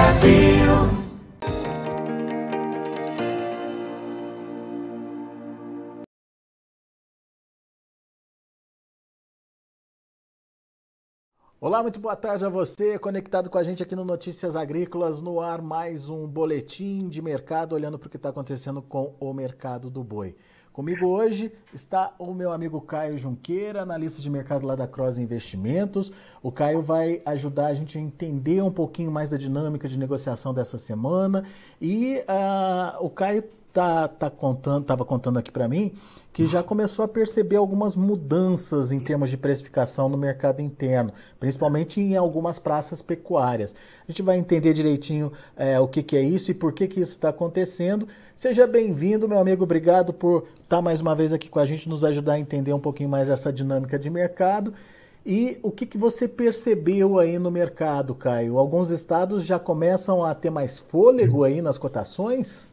Brasil. Olá, muito boa tarde a você, conectado com a gente aqui no Notícias Agrícolas, no ar mais um boletim de mercado, olhando para o que está acontecendo com o mercado do boi. Comigo hoje está o meu amigo Caio Junqueira, analista de mercado lá da Cross Investimentos. O Caio vai ajudar a gente a entender um pouquinho mais da dinâmica de negociação dessa semana e o Caio estava contando aqui para mim que já começou a perceber algumas mudanças em termos de precificação no mercado interno, principalmente em algumas praças pecuárias. A gente vai entender direitinho o que é isso e por que isso está acontecendo. Seja bem-vindo, meu amigo, obrigado por estar mais uma vez aqui com a gente, nos ajudar a entender um pouquinho mais essa dinâmica de mercado. E o que você percebeu aí no mercado, Caio? Alguns estados já começam a ter mais fôlego aí nas cotações?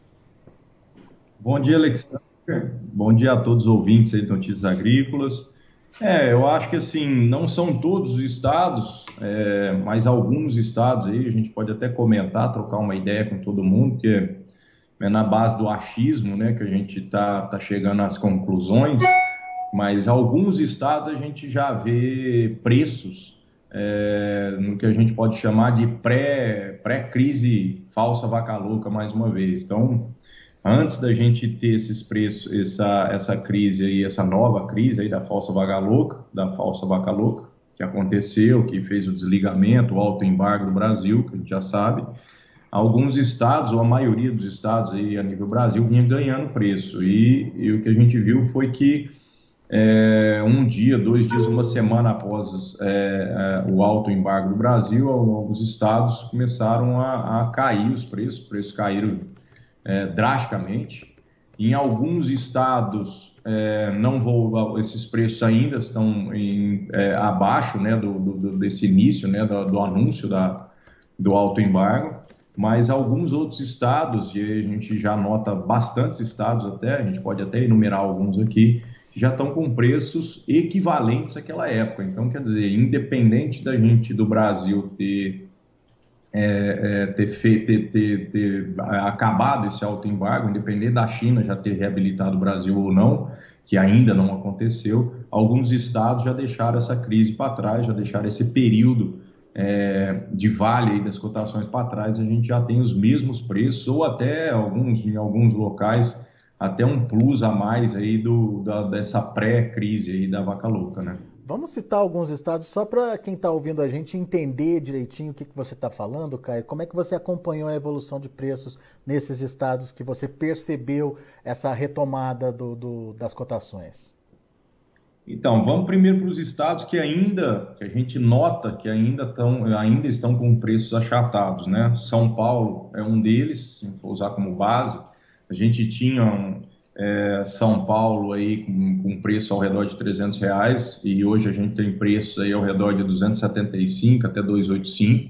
Bom dia, Alexandre. Bom dia a todos os ouvintes aí de Notícias Agrícolas. Eu acho que assim, não são todos os estados, mas alguns estados aí, a gente pode até comentar, trocar uma ideia com todo mundo, porque é na base do achismo, né, que a gente tá chegando às conclusões, mas alguns estados a gente já vê preços no que a gente pode chamar de pré-crise falsa vaca louca, mais uma vez. Então, antes da gente ter esses preços, essa crise aí, essa nova crise aí da falsa vaca louca, que aconteceu, que fez o desligamento, o alto embargo do Brasil, que a gente já sabe, alguns estados, ou a maioria dos estados aí a nível Brasil, vinha ganhando preço. E o que a gente viu foi que um dia, 2 dias, uma semana após o alto embargo do Brasil, alguns estados começaram a cair os preços caíram drasticamente. Em alguns estados, esses preços ainda estão abaixo, né, desse início, né, do anúncio do alto embargo, mas alguns outros estados, e a gente já nota bastantes estados até, a gente pode até enumerar alguns aqui, já estão com preços equivalentes àquela época. Então, quer dizer, independente da gente do Brasil ter acabado esse alto embargo, independente da China já ter reabilitado o Brasil ou não, que ainda não aconteceu, alguns estados já deixaram essa crise para trás, já deixaram esse período de vale aí das cotações para trás. A gente já tem os mesmos preços, ou até em alguns locais, até um plus a mais aí dessa pré-crise aí da vaca louca, né? Vamos citar alguns estados só para quem está ouvindo a gente entender direitinho o que você está falando, Caio. Como é que você acompanhou a evolução de preços nesses estados que você percebeu essa retomada das cotações? Então, vamos primeiro para os estados que a gente nota que ainda estão com preços achatados, né? São Paulo é um deles, se for usar como base. A gente tinha São Paulo aí com preço ao redor de R$300 e hoje a gente tem preços aí ao redor de 275 até 285.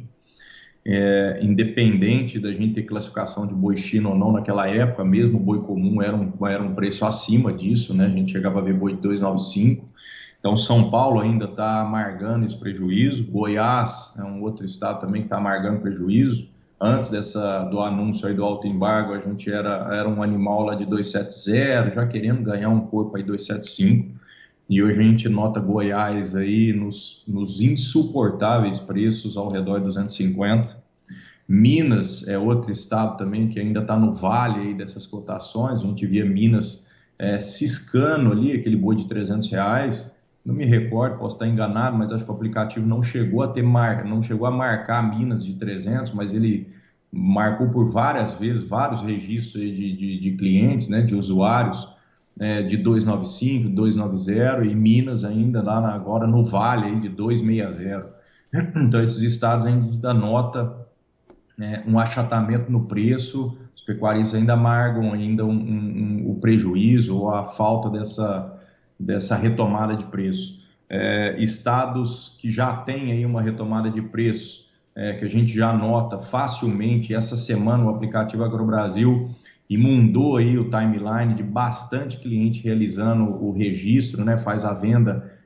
Independente da gente ter classificação de boi China ou não naquela época, mesmo o boi comum era um preço acima disso, né? A gente chegava a ver boi de 295. Então, São Paulo ainda está amargando esse prejuízo. Goiás é um outro estado também que está amargando prejuízo. Antes do anúncio aí do alto embargo, a gente era um animal lá de 270, já querendo ganhar um corpo aí 275. E hoje a gente nota Goiás aí nos insuportáveis preços ao redor de 250. Minas é outro estado também que ainda está no vale aí dessas cotações. A gente via Minas ciscando ali, aquele boi de R$300. Não me recordo, posso estar enganado, mas acho que o aplicativo não chegou a marcar Minas de 300, mas ele marcou por várias vezes, vários registros aí de clientes, né, de usuários, de 295, 290, e Minas ainda lá agora no vale aí de 260. Então esses estados ainda nota um achatamento no preço, os pecuaristas ainda amargam ainda o prejuízo ou a falta dessa retomada de preço. Estados que já têm aí uma retomada de preço, que a gente já nota facilmente. Essa semana o aplicativo AgroBrasil inundou aí o timeline de bastante cliente realizando o registro, né, faz a venda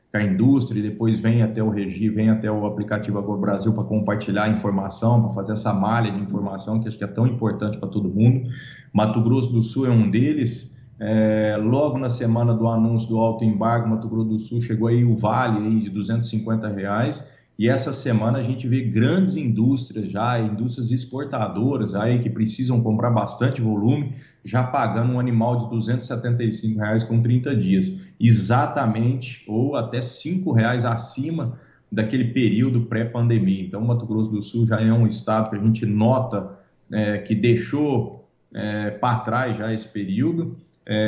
com a indústria, e depois vem até o Regi, vem até o aplicativo AgroBrasil para compartilhar a informação, para fazer essa malha de informação que acho que é tão importante para todo mundo. Mato Grosso do Sul é um deles. Logo na semana do anúncio do alto embargo, Mato Grosso do Sul chegou aí o vale aí de R$ 250, e essa semana a gente vê grandes indústrias já, indústrias exportadoras aí que precisam comprar bastante volume, já pagando um animal de R$ 275 com 30 dias, exatamente, ou até R$ 5 acima daquele período pré-pandemia. Então, Mato Grosso do Sul já é um estado que a gente nota que deixou para trás já esse período.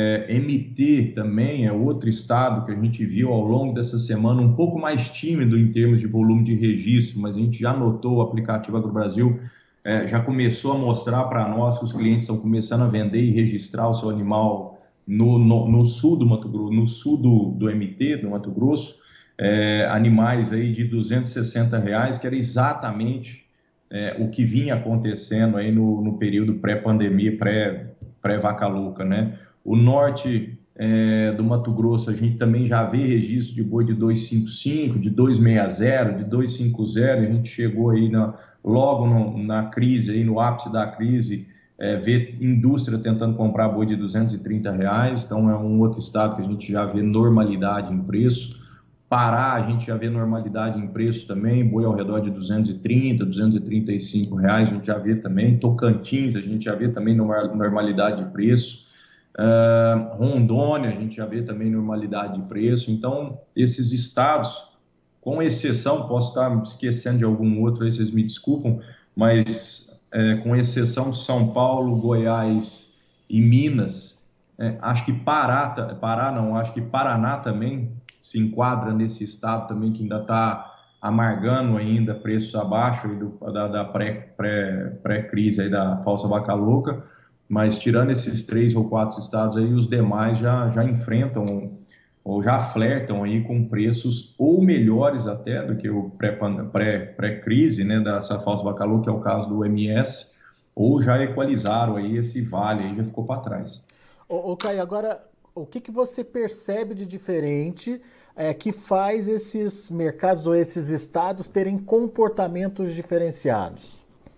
MT também é outro estado que a gente viu ao longo dessa semana um pouco mais tímido em termos de volume de registro, mas a gente já notou, o aplicativo AgroBrasil já começou a mostrar para nós que os clientes estão começando a vender e registrar o seu animal no sul do Mato Grosso, no sul do MT, do Mato Grosso, animais aí de R$ 260, que era exatamente o que vinha acontecendo aí no período pré-pandemia, pré-vaca louca, né? O norte do Mato Grosso, a gente também já vê registro de boi de 255, de 260, de 250. A gente chegou aí logo na crise, aí no ápice da crise, ver indústria tentando comprar boi de R$ 230. Então é um outro estado que a gente já vê normalidade em preço. Pará, a gente já vê normalidade em preço também, boi ao redor de R$ 230, R$ 235, a gente já vê também. Tocantins, a gente já vê também normalidade de preço. Rondônia, a gente já vê também normalidade de preço. Então, esses estados, com exceção, posso estar me esquecendo de algum outro, aí vocês me desculpam, mas com exceção de São Paulo, Goiás e Minas, acho que acho que Paraná também se enquadra nesse estado também, que ainda está amargando ainda preços abaixo aí da pré-crise aí da falsa vaca louca. Mas tirando esses 3 ou 4 estados aí, os demais já enfrentam ou já flertam aí com preços ou melhores até do que o pré-crise, né, dessa falsa vaca louca, que é o caso do MS, ou já equalizaram aí esse vale aí, já ficou para trás. Ô Caio, agora, o que você percebe de diferente que faz esses mercados ou esses estados terem comportamentos diferenciados?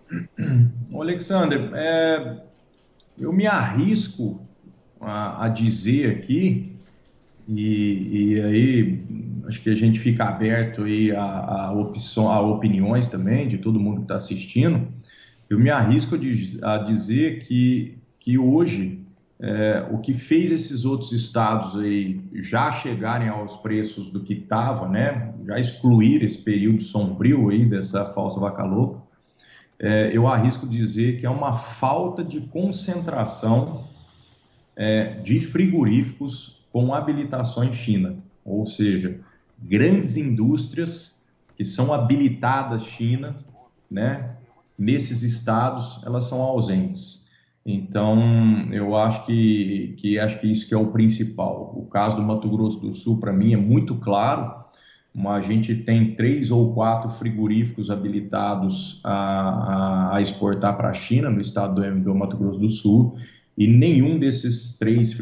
Ô Alexander, eu me arrisco a dizer aqui, e aí acho que a gente fica aberto aí a opiniões também de todo mundo que está assistindo. Eu me arrisco a dizer que hoje o que fez esses outros estados aí já chegarem aos preços do que estava, né, já excluir esse período sombrio aí dessa falsa vaca louca, eu arrisco dizer que é uma falta de concentração de frigoríficos com habilitação em China, ou seja, grandes indústrias que são habilitadas China, né, nesses estados, elas são ausentes. Então, eu acho que isso que é o principal. O caso do Mato Grosso do Sul, para mim, é muito claro. A gente tem 3 ou 4 frigoríficos habilitados a exportar para a China, no estado do Mato Grosso do Sul, e nenhum desses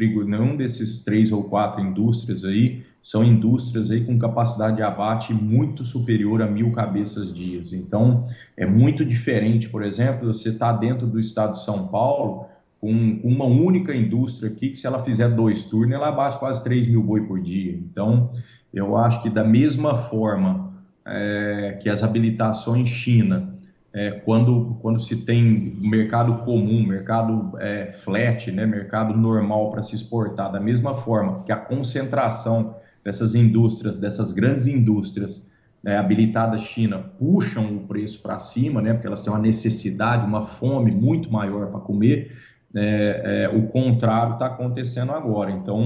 3 ou 4 indústrias aí são indústrias aí com capacidade de abate muito superior a 1.000 cabeças dias. Então, é muito diferente, por exemplo, você está dentro do estado de São Paulo com uma única indústria aqui, que se ela fizer 2 turnos, ela abate quase 3.000 boi por dia. Então, eu acho que da mesma forma que as habilitações China, quando se tem mercado comum, mercado flat, né, mercado normal para se exportar, da mesma forma que a concentração dessas indústrias, dessas grandes indústrias habilitadas China, puxam o preço para cima, né, porque elas têm uma necessidade, uma fome muito maior para comer, o contrário está acontecendo agora. Então,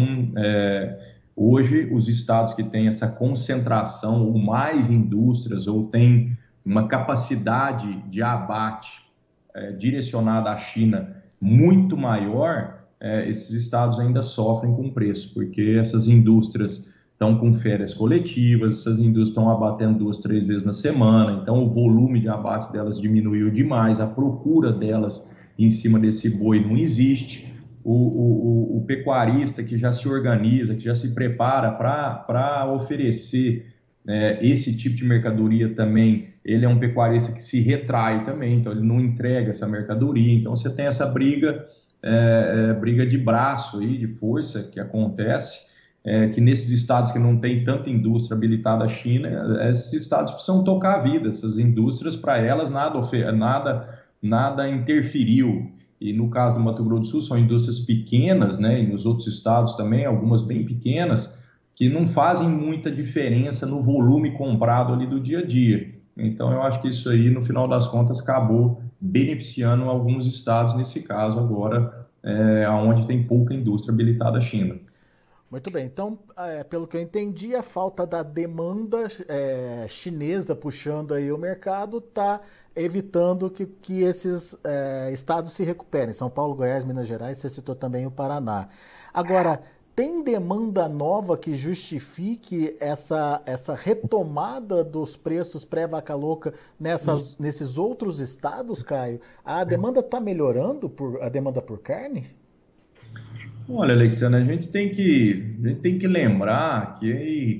hoje, os estados que têm essa concentração ou mais indústrias ou têm uma capacidade de abate direcionada à China muito maior, esses estados ainda sofrem com preço, porque essas indústrias estão com férias coletivas, essas indústrias estão abatendo 2, 3 vezes na semana, então o volume de abate delas diminuiu demais, a procura delas em cima desse boi não existe. o pecuarista que já se organiza, que já se prepara para oferecer esse tipo de mercadoria também, ele é um pecuarista que se retrai também, então ele não entrega essa mercadoria. Então você tem essa briga, briga de braço aí, de força que acontece, que nesses estados que não tem tanta indústria habilitada à China, esses estados precisam tocar a vida, essas indústrias, para elas nada interferiu. E no caso do Mato Grosso do Sul são indústrias pequenas, né, e nos outros estados também, algumas bem pequenas, que não fazem muita diferença no volume comprado ali do dia a dia. Então eu acho que isso aí, no final das contas, acabou beneficiando alguns estados, nesse caso agora, onde tem pouca indústria habilitada à China. Muito bem, então, pelo que eu entendi, a falta da demanda chinesa puxando aí o mercado está evitando que esses estados se recuperem. São Paulo, Goiás, Minas Gerais, você citou também o Paraná. Agora, tem demanda nova que justifique essa retomada dos preços pré-vaca louca nesses outros estados, Caio? A demanda está melhorando, a demanda por carne? Olha, Alexandre, a gente tem que lembrar que aí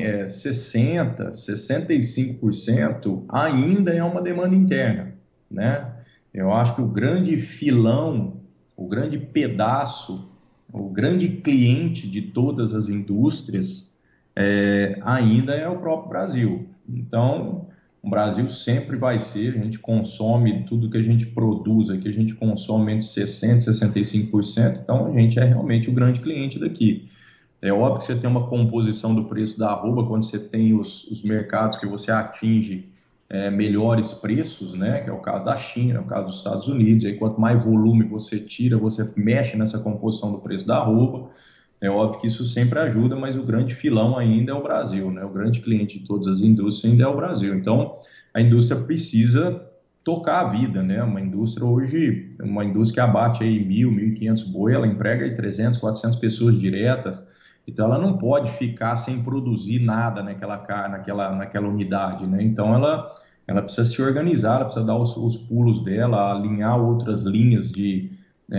65% ainda é uma demanda interna, né? Eu acho que o grande filão, o grande pedaço, o grande cliente de todas as indústrias ainda é o próprio Brasil. Então, o Brasil sempre vai ser, a gente consome tudo que a gente produz aqui, a gente consome entre 60% e 65%, então a gente é realmente o grande cliente daqui. É óbvio que você tem uma composição do preço da arroba quando você tem os mercados que você atinge melhores preços, né? Que é o caso da China, é o caso dos Estados Unidos. Aí, quanto mais volume você tira, você mexe nessa composição do preço da arroba. É óbvio que isso sempre ajuda, mas o grande filão ainda é o Brasil, né? O grande cliente de todas as indústrias ainda é o Brasil. Então, a indústria precisa tocar a vida, né? Uma indústria hoje, uma indústria que abate aí 1.000, 1.500 boi, ela emprega aí 300, 400 pessoas diretas. Então, ela não pode ficar sem produzir nada naquela unidade, né? Então, ela precisa se organizar, ela precisa dar os pulos dela, alinhar outras linhas de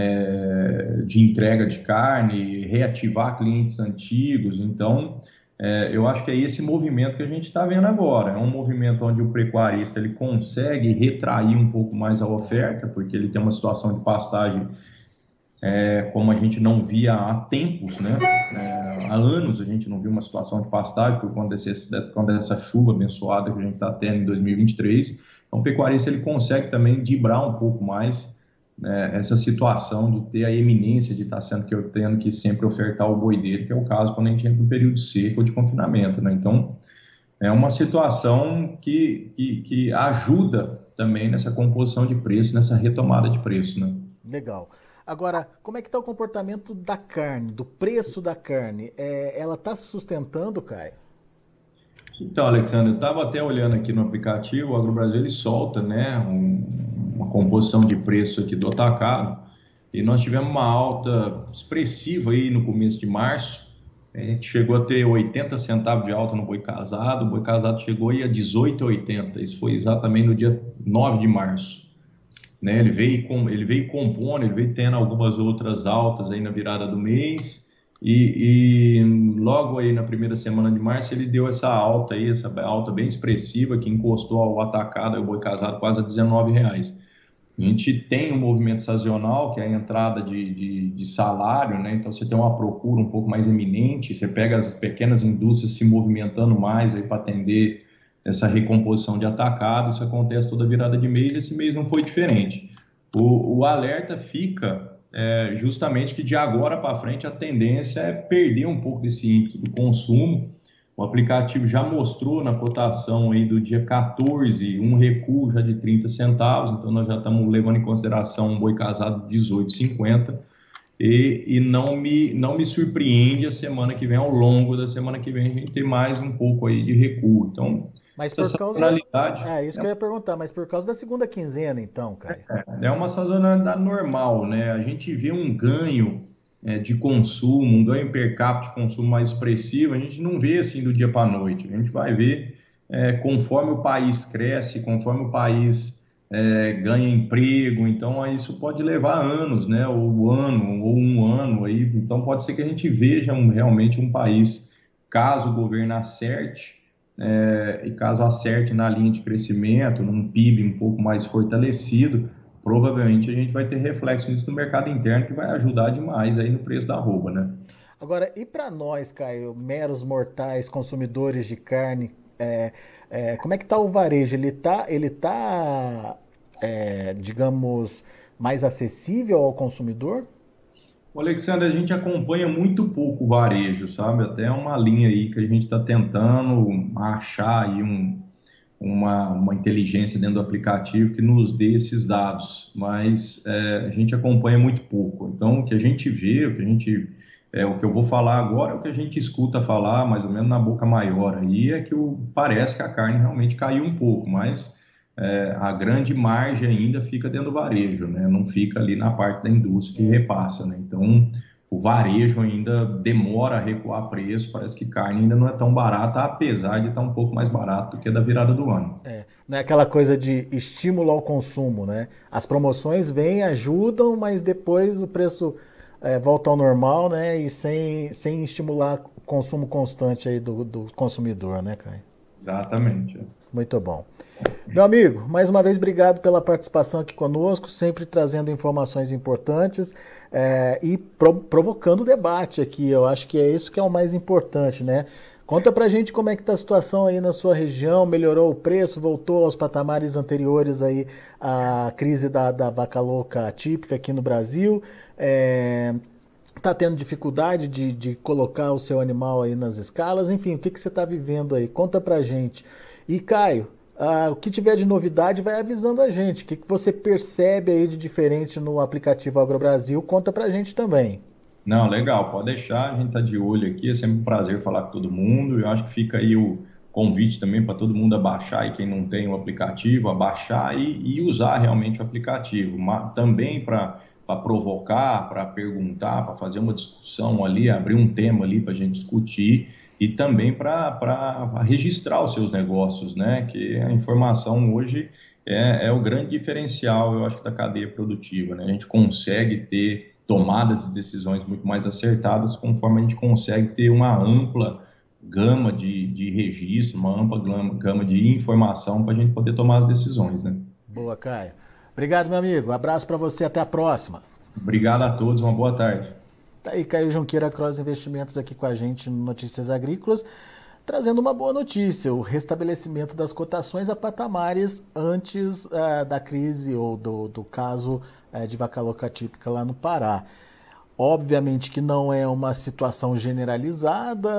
entrega de carne, reativar clientes antigos. Então, eu acho que é esse movimento que a gente está vendo agora. É um movimento onde o pecuarista ele consegue retrair um pouco mais a oferta, porque ele tem uma situação de pastagem como a gente não via há tempos, né? Há anos a gente não viu uma situação de pastagem por conta dessa chuva abençoada que a gente está tendo em 2023. Então, o pecuarista ele consegue também driblar um pouco mais essa situação de ter a eminência de estar tendo que sempre ofertar o boi dele, que é o caso quando a gente entra no período seco ou de confinamento, né? Então, é uma situação que ajuda também nessa composição de preço, nessa retomada de preço, né? Legal. Agora, como é que está o comportamento da carne, do preço da carne? Ela está se sustentando, Caio? Então, Alexandre, eu estava até olhando aqui no aplicativo, o AgroBrasil ele solta, né, uma composição de preço aqui do atacado, e nós tivemos uma alta expressiva aí no começo de março. A gente chegou a ter 80 centavos de alta no boi casado, o boi casado chegou aí a 18,80, isso foi exatamente no dia 9 de março. Né? Ele veio compondo, ele veio tendo algumas outras altas aí na virada do mês, e logo aí na primeira semana de março ele deu essa alta bem expressiva que encostou ao atacado, ao boi casado, quase a R$19. A gente tem um movimento sazonal, que é a entrada de salário, né? Então você tem uma procura um pouco mais eminente, você pega as pequenas indústrias se movimentando mais para atender essa recomposição de atacado. Isso acontece toda virada de mês, esse mês não foi diferente. O alerta fica justamente que de agora para frente a tendência é perder um pouco desse ímpeto do consumo. O aplicativo já mostrou na cotação aí do dia 14 um recuo já de 30 centavos, então nós já estamos levando em consideração um boi casado de 18,50, e não me surpreende a semana que vem, ao longo da semana que vem, a gente ter mais um pouco aí de recuo. Então, Mas essa por causa... sazonalidade... isso que eu ia perguntar, mas por causa da segunda quinzena, então, Caio? É uma sazonalidade normal, né? A gente vê um ganho de consumo, um ganho per capita de consumo mais expressivo, a gente não vê assim do dia para a noite, a gente vai ver conforme o país cresce, conforme o país ganha emprego, então aí isso pode levar anos, né? Ou ano, ou um ano aí. Então pode ser que a gente veja realmente um país, caso o governo acerte, e caso acerte na linha de crescimento, num PIB um pouco mais fortalecido, provavelmente a gente vai ter reflexo nisso no mercado interno que vai ajudar demais aí no preço da arroba, né? Agora, e para nós, Caio, meros mortais, consumidores de carne, como é que tá o varejo? Digamos, mais acessível ao consumidor? O Alexandre, a gente acompanha muito pouco o varejo, sabe? Até uma linha aí que a gente está tentando achar aí uma inteligência dentro do aplicativo que nos dê esses dados, mas a gente acompanha muito pouco. Então, o que a gente vê, o que eu vou falar agora é o que a gente escuta falar, mais ou menos na boca maior aí, é que parece que a carne realmente caiu um pouco, mas a grande margem ainda fica dentro do varejo, né? Não fica ali na parte da indústria que repassa, né? Então, o varejo ainda demora a recuar preço, parece que carne ainda não é tão barata, apesar de estar um pouco mais barato do que a da virada do ano. Não é aquela coisa de estímulo ao consumo, né? As promoções vêm, ajudam, mas depois o preço volta ao normal, né? E sem estimular o consumo constante aí do consumidor, né, Caio? Exatamente. Muito bom. Meu amigo, mais uma vez obrigado pela participação aqui conosco, sempre trazendo informações importantes e provocando debate aqui. Eu acho que é isso que é o mais importante, né? Conta pra gente como é que tá a situação aí na sua região, melhorou o preço, voltou aos patamares anteriores aí à crise da vaca louca atípica aqui no Brasil. Tá tendo dificuldade de colocar o seu animal aí nas escalas, enfim, o que você está vivendo aí? Conta pra gente. E Caio, o que tiver de novidade vai avisando a gente. O que você percebe aí de diferente no aplicativo AgroBrasil? Conta pra gente também. Não, legal, pode deixar, a gente está de olho aqui, é sempre um prazer falar com todo mundo. Eu acho que fica aí o convite também para todo mundo abaixar, e quem não tem o aplicativo, abaixar e usar realmente o aplicativo. Também para provocar, para perguntar, para fazer uma discussão ali, abrir um tema ali para a gente discutir e também para registrar os seus negócios, né? Que a informação hoje é o grande diferencial, eu acho, da cadeia produtiva, né? A gente consegue ter tomadas de decisões muito mais acertadas conforme a gente consegue ter uma ampla gama de registro, uma ampla gama de informação para a gente poder tomar as decisões, né? Boa, Caio. Obrigado, meu amigo. Abraço para você, até a próxima. Obrigado a todos, uma boa tarde. Tá aí Caio Junqueira, Cross Investimentos aqui com a gente no Notícias Agrícolas, trazendo uma boa notícia, o restabelecimento das cotações a patamares antes da crise ou do caso de vaca louca atípica lá no Pará. Obviamente que não é uma situação generalizada,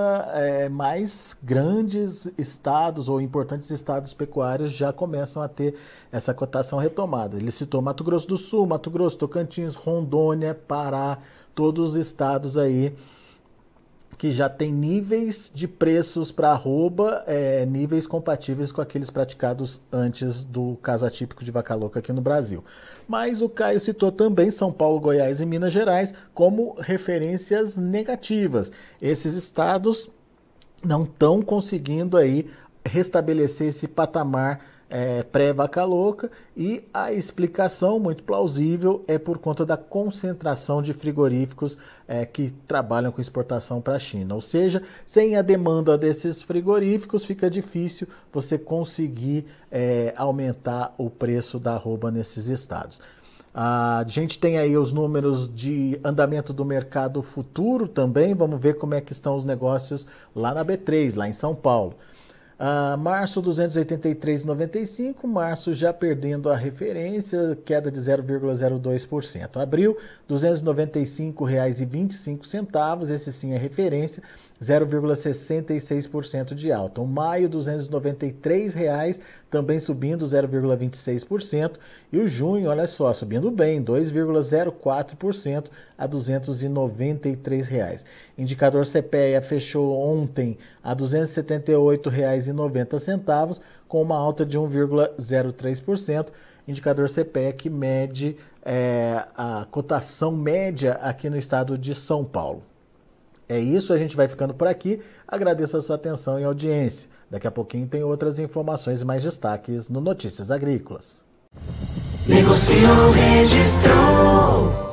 mas grandes estados ou importantes estados pecuários já começam a ter essa cotação retomada. Ele citou Mato Grosso do Sul, Mato Grosso, Tocantins, Rondônia, Pará, todos os estados aí que já tem níveis de preços para arroba, níveis compatíveis com aqueles praticados antes do caso atípico de vaca louca aqui no Brasil. Mas o Caio citou também São Paulo, Goiás e Minas Gerais como referências negativas. Esses estados não estão conseguindo aí restabelecer esse patamar pré-vaca louca, e a explicação muito plausível é por conta da concentração de frigoríficos que trabalham com exportação para a China. Ou seja, sem a demanda desses frigoríficos, fica difícil você conseguir aumentar o preço da arroba nesses estados. A gente tem aí os números de andamento do mercado futuro também. Vamos ver como é que estão os negócios lá na B3, lá em São Paulo. Março 283,95, março já perdendo a referência, queda de 0,02%. Abril, R$ 295,25, esse sim é referência, 0,66% de alta. O maio, R$ 293,00, também subindo 0,26%. E o junho, olha só, subindo bem, 2,04% a R$ 293,00. Indicador CPEA fechou ontem a R$ 278,90, com uma alta de 1,03%. Indicador CPEA que mede a cotação média aqui no estado de São Paulo. É isso, a gente vai ficando por aqui. Agradeço a sua atenção e audiência. Daqui a pouquinho tem outras informações e mais destaques no Notícias Agrícolas. Negociou, registrou.